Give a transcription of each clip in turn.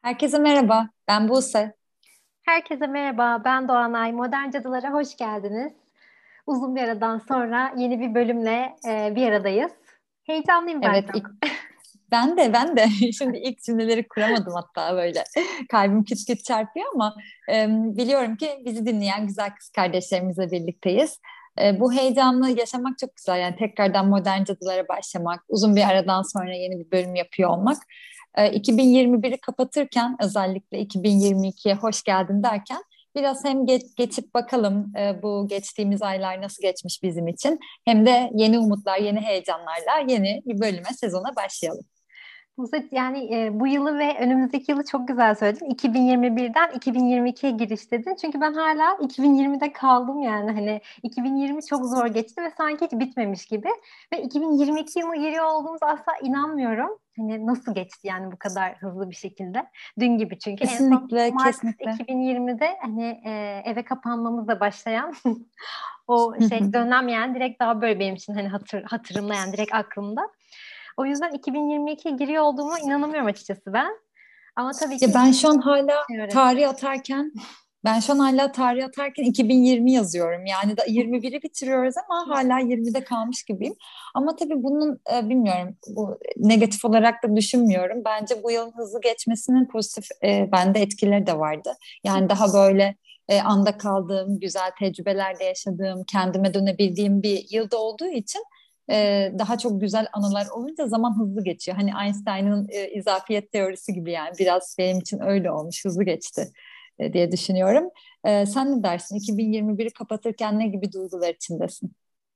Herkese merhaba, ben Buse. Herkese merhaba, ben Doğanay. Modern Cadılar'a hoş geldiniz. Uzun bir aradan sonra yeni bir bölümle bir aradayız. Heyecanlıyım ben Evet, çok. ben de. Şimdi ilk cümleleri kuramadım hatta böyle. Kalbim küt küt çarpıyor ama biliyorum ki bizi dinleyen güzel kız kardeşlerimizle birlikteyiz. Bu heyecanı yaşamak çok güzel. Yani tekrardan Modern Cadılar'a başlamak, uzun bir aradan sonra yeni bir bölüm yapıyor olmak. 2021'i kapatırken özellikle 2022'ye hoş geldin derken biraz hem geçip bakalım bu geçtiğimiz aylar nasıl geçmiş bizim için. Hem de yeni umutlar, yeni heyecanlarla yeni bir bölüme, sezona başlayalım. Yani bu yılı ve önümüzdeki yılı çok güzel söyledin. 2021'den 2022'ye giriş dedin. Çünkü ben hala 2020'de kaldım yani. Hani 2020 çok zor geçti ve sanki hiç bitmemiş gibi. Ve 2022 yılına giriyor olduğumuza asla inanmıyorum. Hani nasıl geçti yani bu kadar hızlı bir şekilde. Dün gibi çünkü en son Kesinlikle, Mart kesinlikle. 2020'de hani eve kapanmamızla başlayan o şey dönem yani direkt daha böyle benim için hani hatırımda yani direkt aklımda. O yüzden 2022'ye giriyor olduğuma inanamıyorum açıkçası ben. Ama tabii ki Ya ben şu an hala şey öğretti. tarih atarken ben şu an hala tarih atarken 2020 yazıyorum. Yani da 21'i bitiriyoruz ama hala 20'de kalmış gibiyim. Ama tabii bunun bilmiyorum bu negatif olarak da düşünmüyorum. Bence bu yılın hızlı geçmesinin pozitif bende etkileri de vardı. Yani daha böyle anda kaldığım, güzel tecrübeler de yaşadığım, kendime dönebildiğim bir yılda olduğu için daha çok güzel anılar olunca zaman hızlı geçiyor. Hani Einstein'ın izafiyet teorisi gibi yani biraz benim için öyle olmuş, hızlı geçti diye düşünüyorum. Sen ne dersin? 2021'i kapatırken ne gibi duygular içindesin?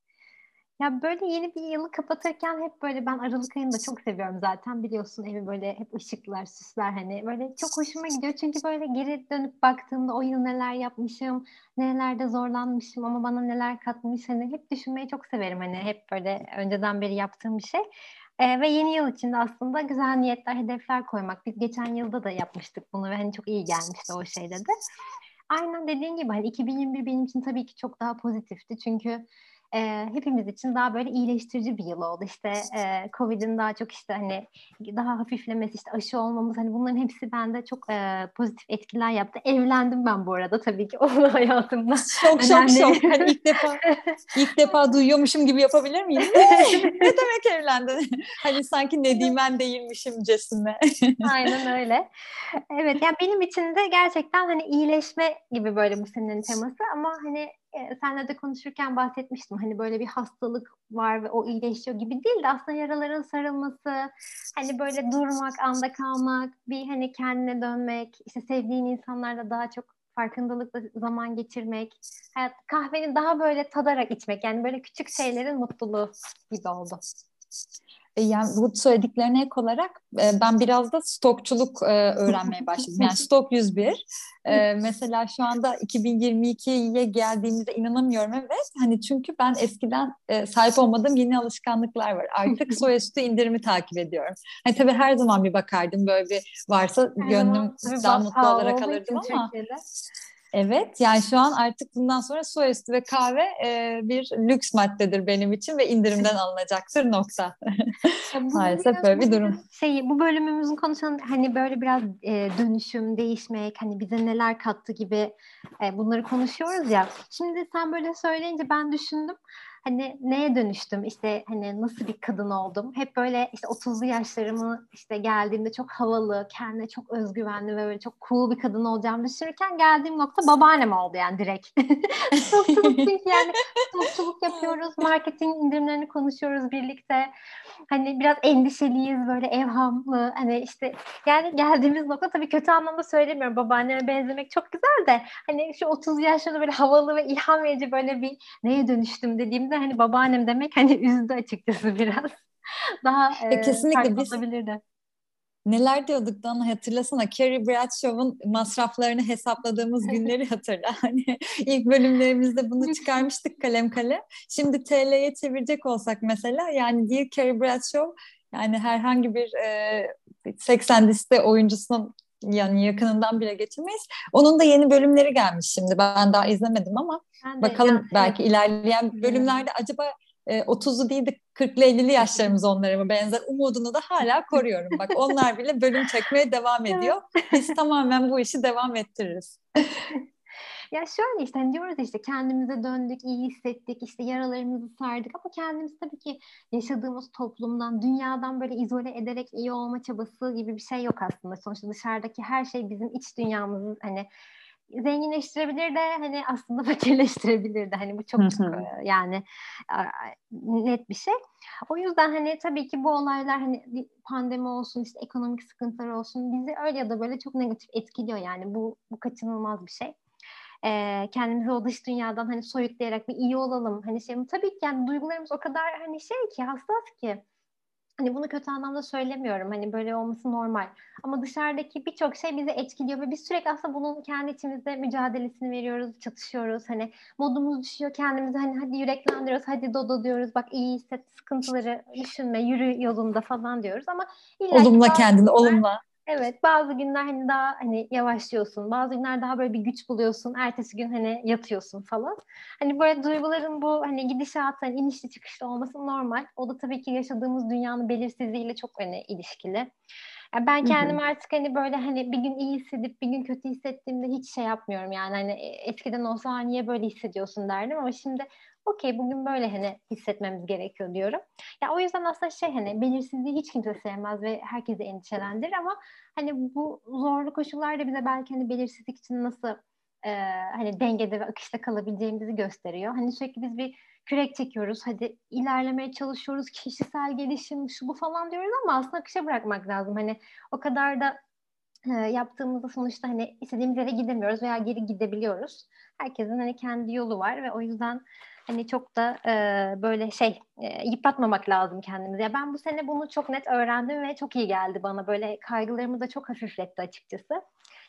Ya böyle yeni bir yılı kapatırken hep böyle ben Aralık ayını da çok seviyorum zaten biliyorsun evi böyle hep ışıklar, süsler hani böyle çok hoşuma gidiyor. Çünkü böyle geri dönüp baktığımda o yıl neler yapmışım, nerelerde zorlanmışım ama bana neler katmış hani hep düşünmeyi çok severim hani hep böyle önceden beri yaptığım bir şey. Ve yeni yıl içinde aslında güzel niyetler, hedefler koymak. Biz geçen yılda da yapmıştık bunu ve hani çok iyi gelmişti o şeyde de. Aynen dediğin gibi hani 2021 benim için tabii ki çok daha pozitifti. Çünkü hepimiz için daha böyle iyileştirici bir yıl oldu. İşte Covid'in daha çok işte hani daha hafiflemesi, işte aşı olmamız hani bunların hepsi bende çok pozitif etkiler yaptı. Evlendim ben bu arada tabii ki onun hayatımda Şok şok önemli. şok. Hani ilk defa duyuyormuşum gibi yapabilir miyim? Ne? Ne demek evlendin? Hani sanki Nedimen değilmişimcesine. Aynen öyle. Evet, yani benim için de gerçekten hani iyileşme gibi böyle bu senenin teması ama hani senle de konuşurken bahsetmiştim. Hani böyle bir hastalık var ve o iyileşiyor gibi değil de aslında yaraların sarılması, hani böyle durmak, anda kalmak, bir hani kendine dönmek, işte sevdiğin insanlarla daha çok farkındalıkla zaman geçirmek, hayat, kahveni daha böyle tadarak içmek yani böyle küçük şeylerin mutluluğu gibi oldu. Yani bu söylediklerine ek olarak ben biraz da stokçuluk öğrenmeye başladım. Yani stok 101. Mesela şu anda 2022'ye geldiğimize inanamıyorum, evet. Hani çünkü ben eskiden sahip olmadığım yeni alışkanlıklar var. Artık soyaüstü indirimi takip ediyorum. Hani tabii her zaman bir bakardım, böyle bir varsa Her gönlüm zaman tabii daha mutlu pahalı olarak olduğu alırdım için ama Türkiye'de. evet, yani şu an artık bundan sonra su üstü ve kahve bir lüks maddedir benim için ve indirimden alınacaktır, nokta. Ya Maalesef böyle bir durum. bu bölümümüzün konuşan hani böyle biraz dönüşüm, değişmek, hani bize neler kattı gibi bunları konuşuyoruz ya. Şimdi sen böyle söyleyince ben düşündüm. Hani neye dönüştüm? İşte hani nasıl bir kadın oldum? Hep böyle işte 30'lu yaşlarımı işte geldiğimde çok havalı, kendine çok özgüvenli ve böyle çok cool bir kadın olacağımı düşünürken geldiğim nokta babaannem oldu yani direkt. Stokçuluk çünkü yani stokçuluk yapıyoruz, marketing indirimlerini konuşuyoruz birlikte. Hani biraz endişeliyiz böyle evhamlı hani işte yani geldiğimiz nokta tabii kötü anlamda söylemiyorum babaanneme benzemek çok güzel de hani şu 30 yaşında böyle havalı ve ilham verici böyle bir neye dönüştüm dediğimde hani babaannem demek hani üzdü açıkçası biraz daha Ya kesinlikle farklı biz olabilirdi. neler diyorduk da hatırlasana. Carrie Bradshaw'ın masraflarını hesapladığımız günleri hatırla. Hani ilk bölümlerimizde bunu Lüks. çıkarmıştık kalem kalem. Şimdi TL'ye çevirecek olsak mesela, yani değil Carrie Bradshaw, yani herhangi bir 80 liste oyuncusunun yani yakınından bile geçemeyiz. Onun da yeni bölümleri gelmiş şimdi. Ben daha izlemedim ama Ben de yani bakalım, evet belki ilerleyen izlemedim. bölümlerde acaba 30'lu değil de 40'lı 50'li yaşlarımız onlara benzer umudunu da hala koruyorum. Bak onlar bile bölüm çekmeye devam ediyor. Biz tamamen bu işi devam ettiririz. Ya şöyle işte hani diyoruz işte kendimize döndük, iyi hissettik, işte yaralarımızı sardık ama kendimiz tabii ki yaşadığımız toplumdan, dünyadan böyle izole ederek iyi olma çabası gibi bir şey yok aslında. Sonuçta dışarıdaki her şey bizim iç dünyamızı hani zenginleştirebilir de hani aslında fakirleştirebilir de hani bu çok yani net bir şey. O yüzden hani tabii ki bu olaylar hani pandemi olsun işte ekonomik sıkıntılar olsun bizi öyle ya da böyle çok negatif etkiliyor yani bu kaçınılmaz bir şey. Kendimizi o dış dünyadan hani soyutlayarak bir iyi olalım hani şey tabii ki yani duygularımız o kadar hani şey ki hassas ki hani bunu kötü anlamda söylemiyorum hani böyle olması normal ama dışarıdaki birçok şey bizi etkiliyor ve biz sürekli aslında bunun kendi içimizde mücadelesini veriyoruz, çatışıyoruz hani modumuz düşüyor kendimizi hani hadi yüreklendiriyoruz, hadi Dodo diyoruz bak iyi hisset, sıkıntıları düşünme, yürü yolunda falan diyoruz ama illa ki Olumla bazı kendini, günler olumla. evet, bazı günler hani daha hani yavaşlıyorsun. Bazı günler daha böyle bir güç buluyorsun. Ertesi gün hani yatıyorsun falan. Hani böyle duyguların bu hani gidişatı hani inişli çıkışlı olması normal. O da tabii ki yaşadığımız dünyanın belirsizliğiyle çok hani ilişkili. Yani ben Hı hı. kendim artık hani böyle hani bir gün iyi hissedip bir gün kötü hissettiğimde hiç şey yapmıyorum. Yani hani eskiden olsa "Aa, niye böyle hissediyorsun" derdim ama şimdi okey bugün böyle hani hissetmemiz gerekiyor diyorum. Ya o yüzden aslında şey hani belirsizliği hiç kimse sevmez ve herkesi endişelendirir ama hani bu zorlu koşullar da bize belki hani belirsizlik için nasıl e, hani dengede ve akışta kalabileceğimizi gösteriyor. Hani sürekli biz bir kürek çekiyoruz. Hadi ilerlemeye çalışıyoruz. Kişisel gelişim şu bu falan diyoruz ama aslında akışa bırakmak lazım. Hani o kadar da yaptığımızda sonuçta hani istediğimiz yere gidemiyoruz veya geri gidebiliyoruz. Herkesin hani kendi yolu var ve o yüzden hani çok da böyle şey yıpratmamak lazım kendimizi. Ya ben bu sene bunu çok net öğrendim ve çok iyi geldi bana. Böyle kaygılarımı da çok hafifletti açıkçası.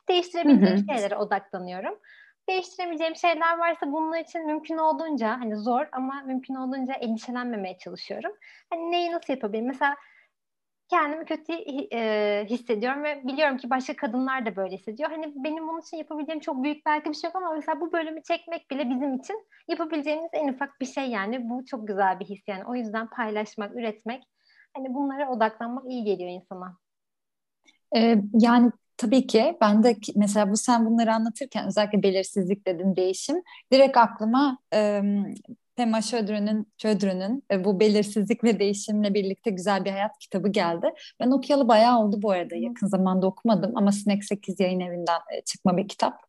Hı Değiştirebileceğim hı. şeylere odaklanıyorum. Değiştiremeyeceğim şeyler varsa bunun için mümkün olduğunca hani zor ama mümkün olduğunca endişelenmemeye çalışıyorum. Hani neyi nasıl yapabilirim? Mesela kendimi kötü hissediyorum ve biliyorum ki başka kadınlar da böyle hissediyor. Hani benim bunun için yapabileceğim çok büyük belki bir şey yok ama mesela bu bölümü çekmek bile bizim için yapabileceğimiz en ufak bir şey yani. Bu çok güzel bir his yani. O yüzden paylaşmak, üretmek, hani bunlara odaklanmak iyi geliyor insana. Yani tabii ki ben de mesela sen bunları anlatırken özellikle belirsizlik dedin, değişim direkt aklıma Pema Chodron'un bu belirsizlik ve değişimle birlikte güzel bir hayat kitabı geldi. Ben okuyalı bayağı oldu bu arada, yakın zamanda okumadım ama Sinek 8 Yayın Evi'nden çıkma bir kitap.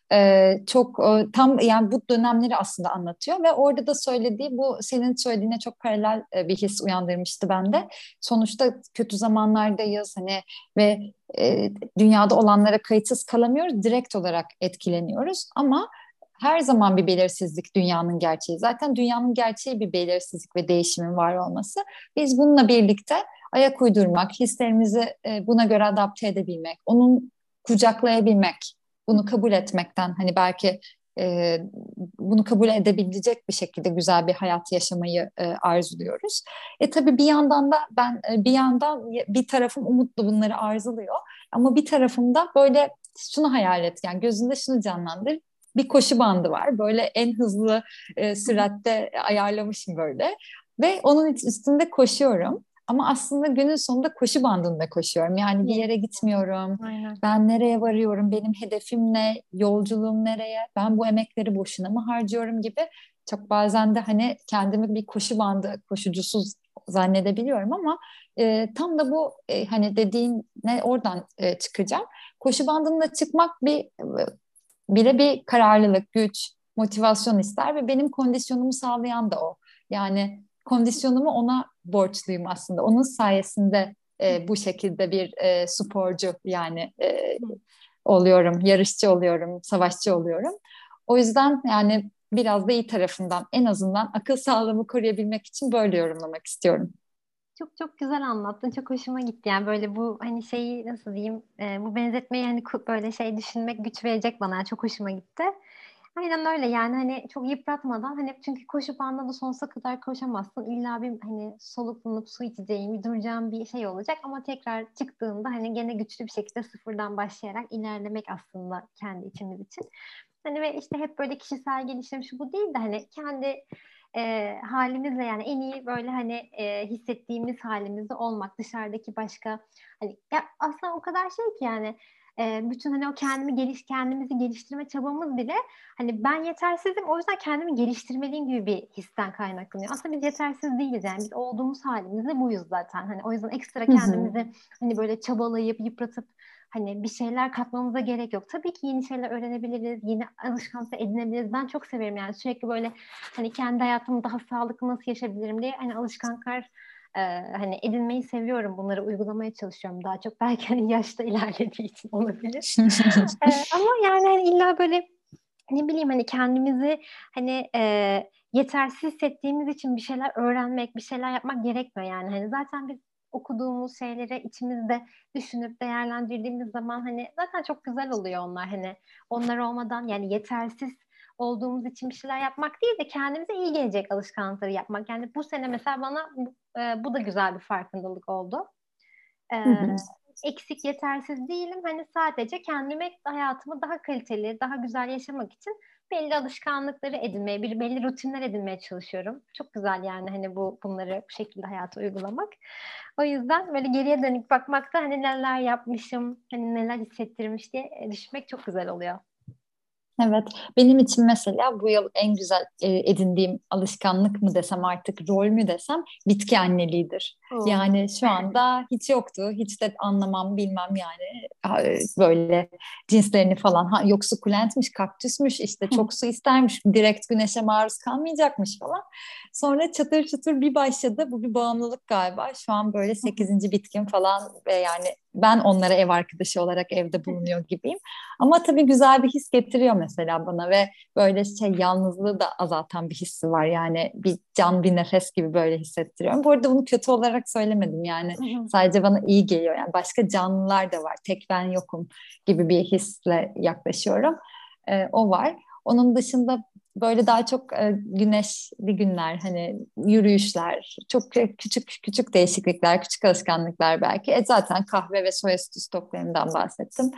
Çok tam yani bu dönemleri aslında anlatıyor ve orada da söylediği bu senin söylediğine çok paralel bir his uyandırmıştı bende. Sonuçta kötü zamanlardayız hani ve dünyada olanlara kayıtsız kalamıyoruz, direkt olarak etkileniyoruz ama her zaman bir belirsizlik dünyanın gerçeği. Zaten dünyanın gerçeği bir belirsizlik ve değişimin var olması. Biz bununla birlikte ayak uydurmak, hislerimizi buna göre adapte edebilmek, onun kucaklayabilmek, bunu kabul etmekten hani belki e, bunu kabul edebilecek bir şekilde güzel bir hayat yaşamayı arzuluyoruz. Tabii bir yandan da ben bir yandan bir tarafım umutlu bunları arzuluyor. Ama bir tarafımda böyle şunu hayal et, yani gözünde şunu canlandır. Bir koşu bandı var. Böyle en hızlı süratte ayarlamışım böyle. Ve onun üstünde koşuyorum. Ama aslında günün sonunda koşu bandında koşuyorum. Yani bir Evet, yere gitmiyorum. aynen. Ben nereye varıyorum? Benim hedefim ne? Yolculuğum nereye? Ben bu emekleri boşuna mı harcıyorum gibi çok bazen de hani kendimi bir koşu bandı koşucusu zannedebiliyorum ama tam da bu hani dediğin ne oradan çıkacağım. Koşu bandında çıkmak bile bir kararlılık, güç, motivasyon ister ve benim kondisyonumu sağlayan da o. Yani kondisyonumu ona borçluyum aslında. Onun sayesinde bu şekilde bir sporcu yani oluyorum, yarışçı oluyorum, savaşçı oluyorum. O yüzden yani biraz da iyi tarafından en azından akıl sağlığımı koruyabilmek için böyle yorumlamak istiyorum. Çok çok güzel anlattın. Çok hoşuma gitti. Yani böyle bu hani şeyi nasıl diyeyim bu benzetmeyi hani böyle şey düşünmek güç verecek bana. Çok hoşuma gitti. Aynen öyle yani hani çok yıpratmadan hani çünkü koşu bandında da sonsuza kadar koşamazsın. İlla bir hani soluklanıp su içeceğin, bir duracağın bir şey olacak ama tekrar çıktığında hani gene güçlü bir şekilde sıfırdan başlayarak ilerlemek aslında kendi içimiz için. Hani ve işte hep böyle kişisel gelişim şu bu değil de hani kendi halimizle, yani en iyi böyle hani hissettiğimiz halimizde olmak, dışarıdaki başka hani ya aslında o kadar şey ki yani bütün hani o kendimizi geliştirme çabamız bile hani ben yetersizim, o yüzden kendimi geliştirmeliyim gibi bir histen kaynaklanıyor. Aslında biz yetersiz değiliz, yani biz olduğumuz halimizde buyuz zaten. Hani o yüzden ekstra Hı hı. kendimizi hani böyle çabalayıp yıpratıp hani bir şeyler katmamıza gerek yok. Tabii ki yeni şeyler öğrenebiliriz, yeni alışkanlıklar edinebiliriz. Ben çok severim yani sürekli böyle hani kendi hayatımı daha sağlıklı nasıl yaşayabilirim diye hani alışkanlıklar hani edinmeyi seviyorum. Bunları uygulamaya çalışıyorum daha çok. Belki hani yaşta ilerlediği için olabilir. Ama yani hani illa böyle ne bileyim hani kendimizi hani yetersiz hissettiğimiz için bir şeyler öğrenmek, bir şeyler yapmak gerekmiyor yani. Hani zaten biz okuduğumuz şeyleri içimizde düşünüp değerlendirdiğimiz zaman hani zaten çok güzel oluyor onlar. Hani onlar olmadan yani yetersiz olduğumuz için bir şeyler yapmak değil de kendimize iyi gelecek alışkanlıkları yapmak. Yani bu sene mesela bana bu da güzel bir farkındalık oldu. E, Hı hı. Eksik, yetersiz değilim. Hani sadece kendime hayatımı daha kaliteli, daha güzel yaşamak için belli alışkanlıkları edinmeye, belli rutinler edinmeye çalışıyorum. Çok güzel yani hani bunları bu şekilde hayata uygulamak. O yüzden böyle geriye dönük bakmakta hani neler yapmışım, hani neler hissettirmiş diye düşünmek çok güzel oluyor. Evet, benim için mesela bu yıl en güzel edindiğim alışkanlık mı desem artık rol mü desem bitki anneliğidir. Oo. Yani şu anda hiç yoktu, hiç de anlamam bilmem yani. Böyle cinslerini falan. Ha, yok sukulentmiş, kaktüsmüş, işte çok su istermiş, direkt güneşe maruz kalmayacakmış falan. Sonra çatır çatır bir başladı, bu bir bağımlılık galiba. Şu an böyle 8. bitkim falan ve yani ben onlara ev arkadaşı olarak evde bulunuyor gibiyim. Ama tabii güzel bir his getiriyor mesela bana ve böyle şey yalnızlığı da azaltan bir hissi var. Yani bir can bir nefes gibi böyle hissettiriyorum. Bu arada bunu kötü olarak söylemedim yani sadece bana iyi geliyor. Yani başka canlılar da var. Tek ben yokum gibi bir hisle yaklaşıyorum. O var. Onun dışında böyle daha çok güneşli günler hani yürüyüşler, çok küçük küçük değişiklikler, küçük alışkanlıklar belki. Zaten kahve ve soya sütü stoklarından bahsettim.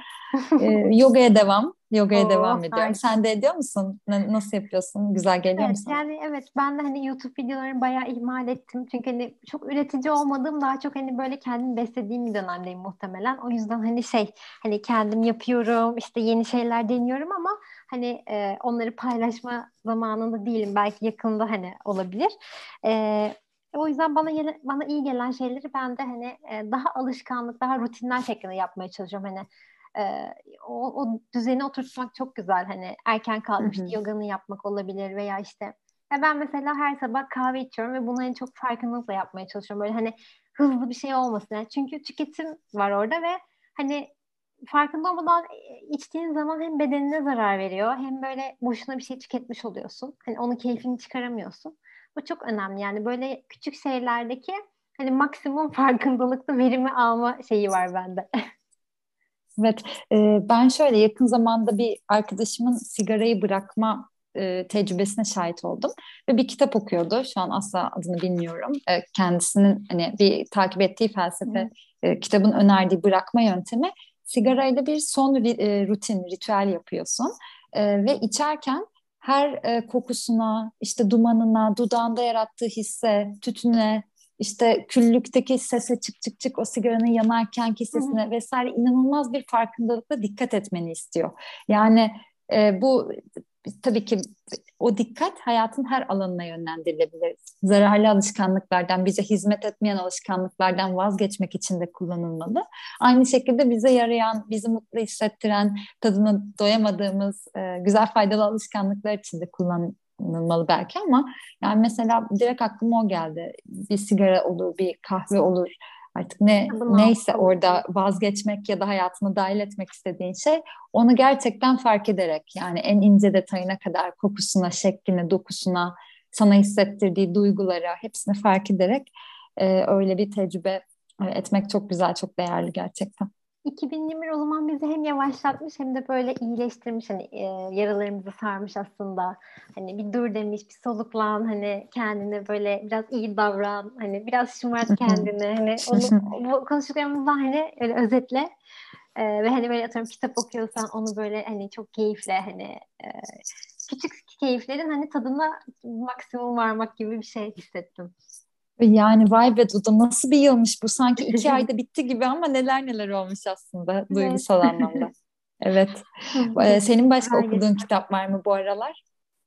Yogaya devam. Yogaya Oo, devam ediyorum. harika. Sen de ediyor musun? Nasıl yapıyorsun? Güzel geliyor mu Evet sana? yani evet ben de hani YouTube videolarını bayağı ihmal ettim. Çünkü hani çok üretici olmadığım, daha çok hani böyle kendimi beslediğim bir dönemdeyim muhtemelen. O yüzden hani hani kendim yapıyorum, işte yeni şeyler deniyorum ama hani onları paylaşma zamanında değilim. Belki yakında hani olabilir. O yüzden bana iyi gelen şeyleri ben de hani daha alışkanlık, daha rutinler şeklinde yapmaya çalışıyorum. Hani o düzeni oturtmak çok güzel. Hani erken Hı kalkıp hı. işte yoganı yapmak olabilir veya işte ya ben mesela her sabah kahve içiyorum ve bunu en çok farkındalıkla yapmaya çalışıyorum. Böyle hani hızlı bir şey olmasın. Yani çünkü tüketim var orada ve hani farkında olmadan içtiğin zaman hem bedenine zarar veriyor hem böyle boşuna bir şey tüketmiş oluyorsun. Hani onun keyfini çıkaramıyorsun. Bu çok önemli. Yani böyle küçük şeylerdeki hani maksimum farkındalıklı verimi alma şeyi var bende. Evet, ben şöyle yakın zamanda bir arkadaşımın sigarayı bırakma tecrübesine şahit oldum ve bir kitap okuyordu. Şu an asla adını bilmiyorum. Kendisinin hani bir takip ettiği felsefe kitabın önerdiği bırakma yöntemi sigarayla bir son rutin, ritüel yapıyorsun. Ve içerken her kokusuna, işte dumanına, dudağında yarattığı hisse, tütüne, işte küllükteki sese çık çık çık o sigaranın yanarkenki sesine vesaire inanılmaz bir farkındalıkla dikkat etmeni istiyor. Yani bu tabii ki o dikkat hayatın her alanına yönlendirilebilir. Zararlı alışkanlıklardan, bize hizmet etmeyen alışkanlıklardan vazgeçmek için de kullanılmalı. Aynı şekilde bize yarayan, bizi mutlu hissettiren, tadını doyamadığımız güzel faydalı alışkanlıklar için de kullanılmalı belki ama yani mesela direkt aklıma o geldi. Bir sigara olur, bir kahve olur. Artık Kitabını neyse almak olabilir. orada vazgeçmek ya da hayatına dahil etmek istediğin şey onu gerçekten fark ederek yani en ince detayına kadar kokusuna, şekline, dokusuna, sana hissettirdiği duygulara hepsini fark ederek öyle bir tecrübe etmek çok güzel, çok değerli gerçekten. 2021 o zaman bizi hem yavaşlatmış hem de böyle iyileştirmiş, hani yaralarımızı sarmış aslında. Hani bir dur demiş, bir soluklan, hani kendine böyle biraz iyi davran, hani biraz şımart kendini, hani onu bu konuştuklarımızdan hani öyle özetle. Ve hani böyle atıyorum kitap okuyorsan onu böyle hani çok keyifle hani e, küçük keyiflerin hani tadına maksimum varmak gibi bir şey hissettim. Yani vay be Dudu, nasıl bir yılmış bu, sanki 2 ayda bitti gibi ama neler neler olmuş aslında Evet. duygusal anlamda. Evet. Benim Senin başka güzel okuduğun geçti. kitap var mı bu aralar?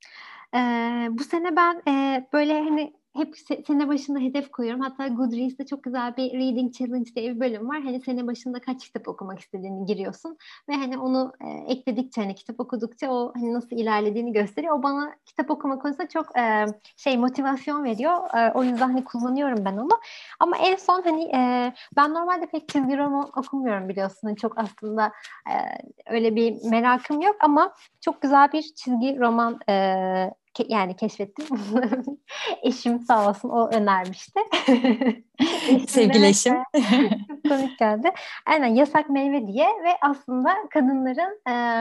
Bu sene ben böyle hani hep sene başında hedef koyuyorum. Hatta Goodreads'te çok güzel bir Reading Challenge diye bir bölüm var. Hani sene başında kaç kitap okumak istediğini giriyorsun ve hani onu ekledikçe hani kitap okudukça o hani nasıl ilerlediğini gösteriyor. O bana kitap okuma konusunda çok motivasyon veriyor. O yüzden hani kullanıyorum ben onu. Ama en son hani ben normalde pek çizgi roman okumuyorum biliyorsun. Hani çok aslında e, öyle bir merakım yok ama çok güzel bir çizgi roman yani keşfettim. Eşim sağ olsun o önermişti. Eşim de Sevgili eşim. çok komik geldi. Aynen Yasak Meyve diye ve aslında kadınların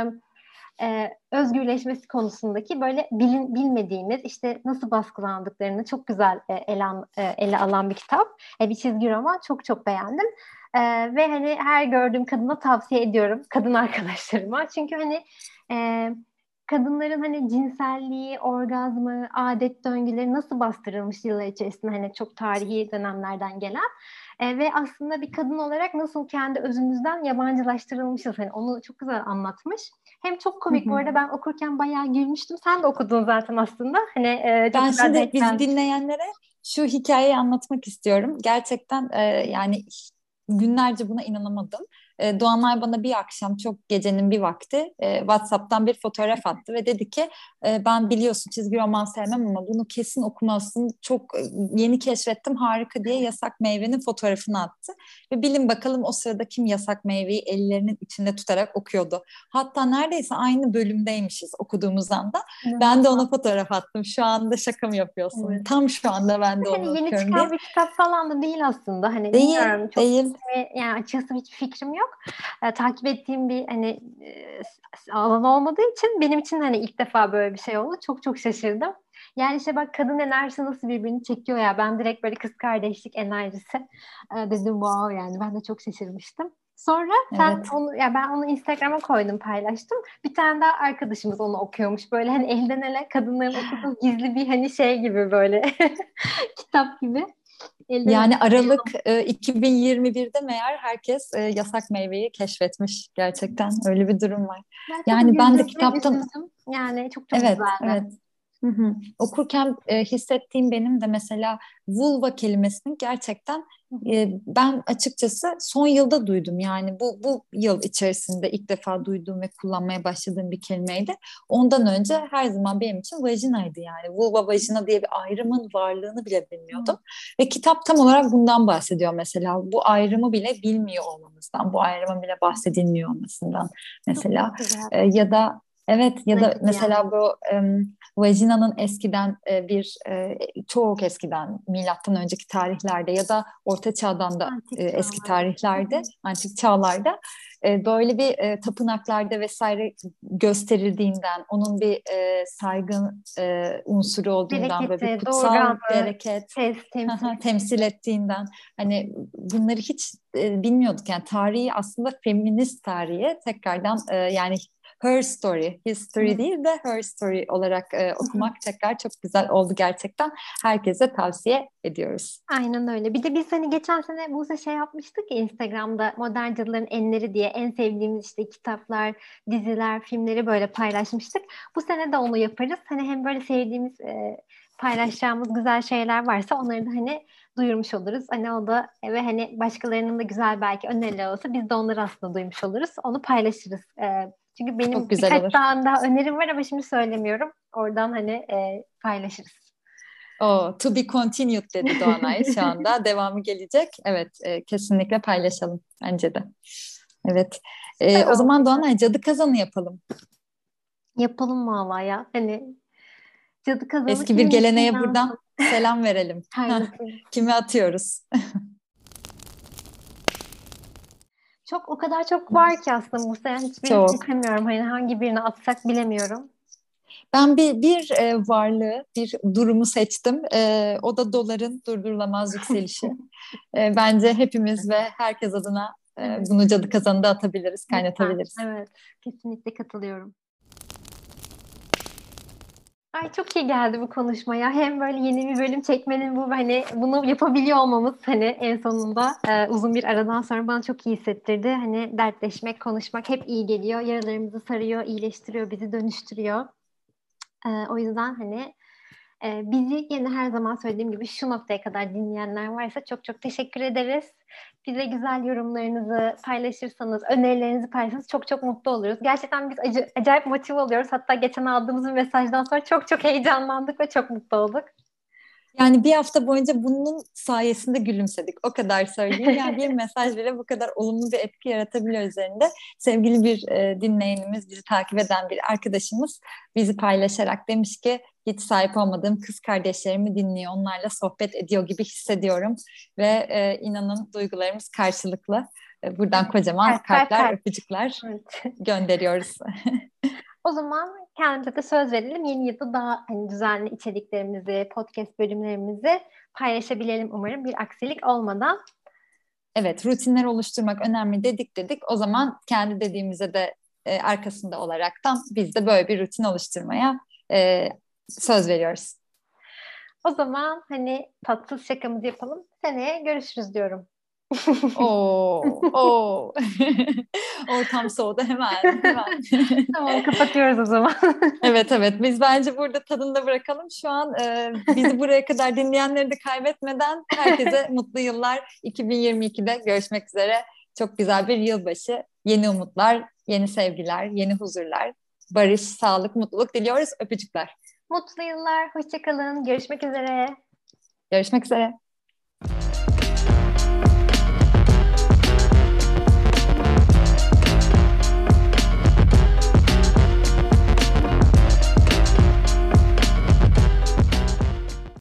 özgürleşmesi konusundaki böyle bilmediğimiz işte nasıl baskılandıklarını çok güzel ele alan bir kitap. Bir çizgi roman çok çok beğendim. Ve hani her gördüğüm kadına tavsiye ediyorum. Kadın arkadaşlarıma. Çünkü hani e, kadınların hani cinselliği, orgazmı, adet döngüleri nasıl bastırılmış yıllar içerisinde hani çok tarihi dönemlerden gelen ve aslında bir kadın olarak nasıl kendi özümüzden yabancılaştırılmışız. Hani onu çok güzel anlatmış. Hem çok Hı komik bu hı. arada ben okurken bayağı gülmüştüm. Sen de okudun zaten aslında. Hani çok Ben güzel şimdi denk bizi gelmiş. dinleyenlere şu hikayeyi anlatmak istiyorum. Gerçekten yani günlerce buna inanamadım. Doğanay bana bir akşam, çok gecenin bir vakti, WhatsApp'tan bir fotoğraf attı ve dedi ki ben biliyorsun çizgi roman sevmem ama bunu kesin okumalısın. Çok yeni keşfettim, harika diye Yasak Meyve'nin fotoğrafını attı. Ve bilin bakalım o sırada kim Yasak Meyve'yi ellerinin içinde tutarak okuyordu. Hatta neredeyse aynı bölümdeymişiz okuduğumuz anda. Ben de ona İnanılmaz. fotoğraf attım. Şu anda şaka mı yapıyorsun? Evet. Tam şu anda ben de onu Hani yeni okuyorum diye. çıkan bir kitap falan da değil aslında. Hani Değil, bilmiyorum çok değil. yani açıkçası hiçbir fikrim yok. Takip ettiğim bir hani alan olmadığı için benim için hani ilk defa böyle bir şey oldu. Çok çok şaşırdım. Yani işte bak kadın enerjisi nasıl birbirini çekiyor ya. Ben direkt böyle kız kardeşlik enerjisi dedim wow yani ben de çok şaşırmıştım. Sonra sen Evet. onu ya ben onu Instagram'a koydum paylaştım. Bir tane daha arkadaşımız onu okuyormuş. Böyle hani elden ele kadınların okuduğu gizli bir hani şey gibi böyle kitap gibi. Elden ele. Yani Aralık 2021'de meğer herkes Yasak Meyve'yi keşfetmiş. Gerçekten öyle bir durum var. Ben çok Yani ben de güldüm ve kitaptan, üzüldüm. Yani çok çok evet, güzeldi. evet. Hı hı. Okurken hissettiğim benim de mesela vulva kelimesini gerçekten Hı hı. ben açıkçası son yılda duydum. Yani bu yıl içerisinde ilk defa duyduğum ve kullanmaya başladığım bir kelimeydi. Ondan önce her zaman benim için vajinaydı yani. Vulva vajina diye bir ayrımın varlığını bile bilmiyordum. Hı. Ve kitap tam olarak bundan bahsediyor mesela. Bu ayrımı bile bilmiyor olmamızdan, bu ayrımın bile bahsedilmiyor olmasından Çok mesela. çok güzel. Ya da evet, ya da Nakit yani. mesela bu vajinanın eskiden çok eskiden milattan önceki tarihlerde ya da Orta Çağ'dan da Antik eski çağlarda. Hı tarihlerde, hı. antik çağlarda böyle bir tapınaklarda vesaire gösterildiğinden, onun bir saygın unsuru olduğundan, böyle bir Bereketi, kutsal doğurganlığı bereket temsil temsil ettiğini. ettiğinden, hani bunları hiç bilmiyorduk. Yani tarihi aslında feminist tarihi tekrardan yani Her Story, His Story Evet. değil de Her Story olarak okumak tekrar çok güzel oldu gerçekten. Herkese tavsiye ediyoruz. Aynen öyle. Bir de biz hani geçen sene Buse şey yapmıştık ya Instagram'da modern cadıların enleri diye en sevdiğimiz işte kitaplar, diziler, filmleri böyle paylaşmıştık. Bu sene de onu yaparız. Hani hem böyle sevdiğimiz paylaşacağımız güzel şeyler varsa onları da hani duyurmuş oluruz. Hani o da ve hani başkalarının da güzel belki önerileri olsa biz de onları aslında duymuş oluruz. Onu paylaşırız. Çünkü Çok benim güzel birkaç olur. tane daha önerim var ama şimdi söylemiyorum. Oradan hani paylaşırız. O, to be continued dedi Doğanay şu anda. Devamı gelecek. Evet, kesinlikle paylaşalım bence de. Evet. Süper O oldu. zaman Doğanay, cadı kazanı yapalım. Yapalım vallahi ya. Hani cadı kazanı Eski bir kimin için geleneğe yansın? buradan selam verelim. Hayırlısı. Kimi atıyoruz? Çok o kadar çok var ki aslında bu sene hiçbirini Çok. seçemiyorum. Hani hangi birini atsak bilemiyorum. Ben bir varlığı, bir durumu seçtim. O da doların durdurulamaz yükselişi. Bence hepimiz ve herkes adına Evet. bunu cadı kazanında atabiliriz, Lütfen. kaynatabiliriz. Evet. Kesinlikle katılıyorum. Ay çok iyi geldi bu konuşmaya. Hem böyle yeni bir bölüm çekmenin bu hani bunu yapabiliyor olmamız hani en sonunda uzun bir aradan sonra bana çok iyi hissettirdi. Hani dertleşmek, konuşmak hep iyi geliyor. Yaralarımızı sarıyor, iyileştiriyor, bizi dönüştürüyor. O yüzden hani bizi yine her zaman söylediğim gibi şu noktaya kadar dinleyenler varsa çok çok teşekkür ederiz. Bize güzel yorumlarınızı paylaşırsanız, önerilerinizi paylaşırsanız çok çok mutlu oluruz. Gerçekten biz acayip motive oluyoruz. Hatta geçen aldığımız bir mesajdan sonra çok çok heyecanlandık ve çok mutlu olduk. Yani bir hafta boyunca bunun sayesinde gülümsedik. O kadar söyleyeyim. Yani bir mesaj bile bu kadar olumlu bir etki yaratabiliyor üzerinde. Sevgili bir dinleyenimiz, bizi takip eden bir arkadaşımız bizi paylaşarak demiş ki hiç sahip olmadığım kız kardeşlerimi dinliyor, onlarla sohbet ediyor gibi hissediyorum. Ve inanın duygularımız karşılıklı. Buradan kocaman Kalp, kalp, kalpler, kalp. öpücükler Evet. gönderiyoruz. O zaman kendimize de söz verelim. Yeni yılda daha hani düzenli içeriklerimizi, podcast bölümlerimizi paylaşabilelim umarım bir aksilik olmadan. Evet, rutinler oluşturmak önemli dedik. O zaman kendi dediğimize de arkasında olaraktan biz de böyle bir rutin oluşturmaya e, söz veriyoruz. O zaman hani tatsız şakamızı yapalım. Seneye görüşürüz diyorum. Oo. Ortam soğudu hemen. Tamam kapatıyoruz o zaman. Evet, biz bence burada tadını da bırakalım. Şu an bizi buraya kadar dinleyenleri de kaybetmeden herkese mutlu yıllar. 2022'de görüşmek üzere. Çok güzel bir yılbaşı. Yeni umutlar, yeni sevgiler, yeni huzurlar, barış, sağlık, mutluluk diliyoruz. Öpücükler. Mutlu yıllar, hoşça kalın, görüşmek üzere. Görüşmek üzere.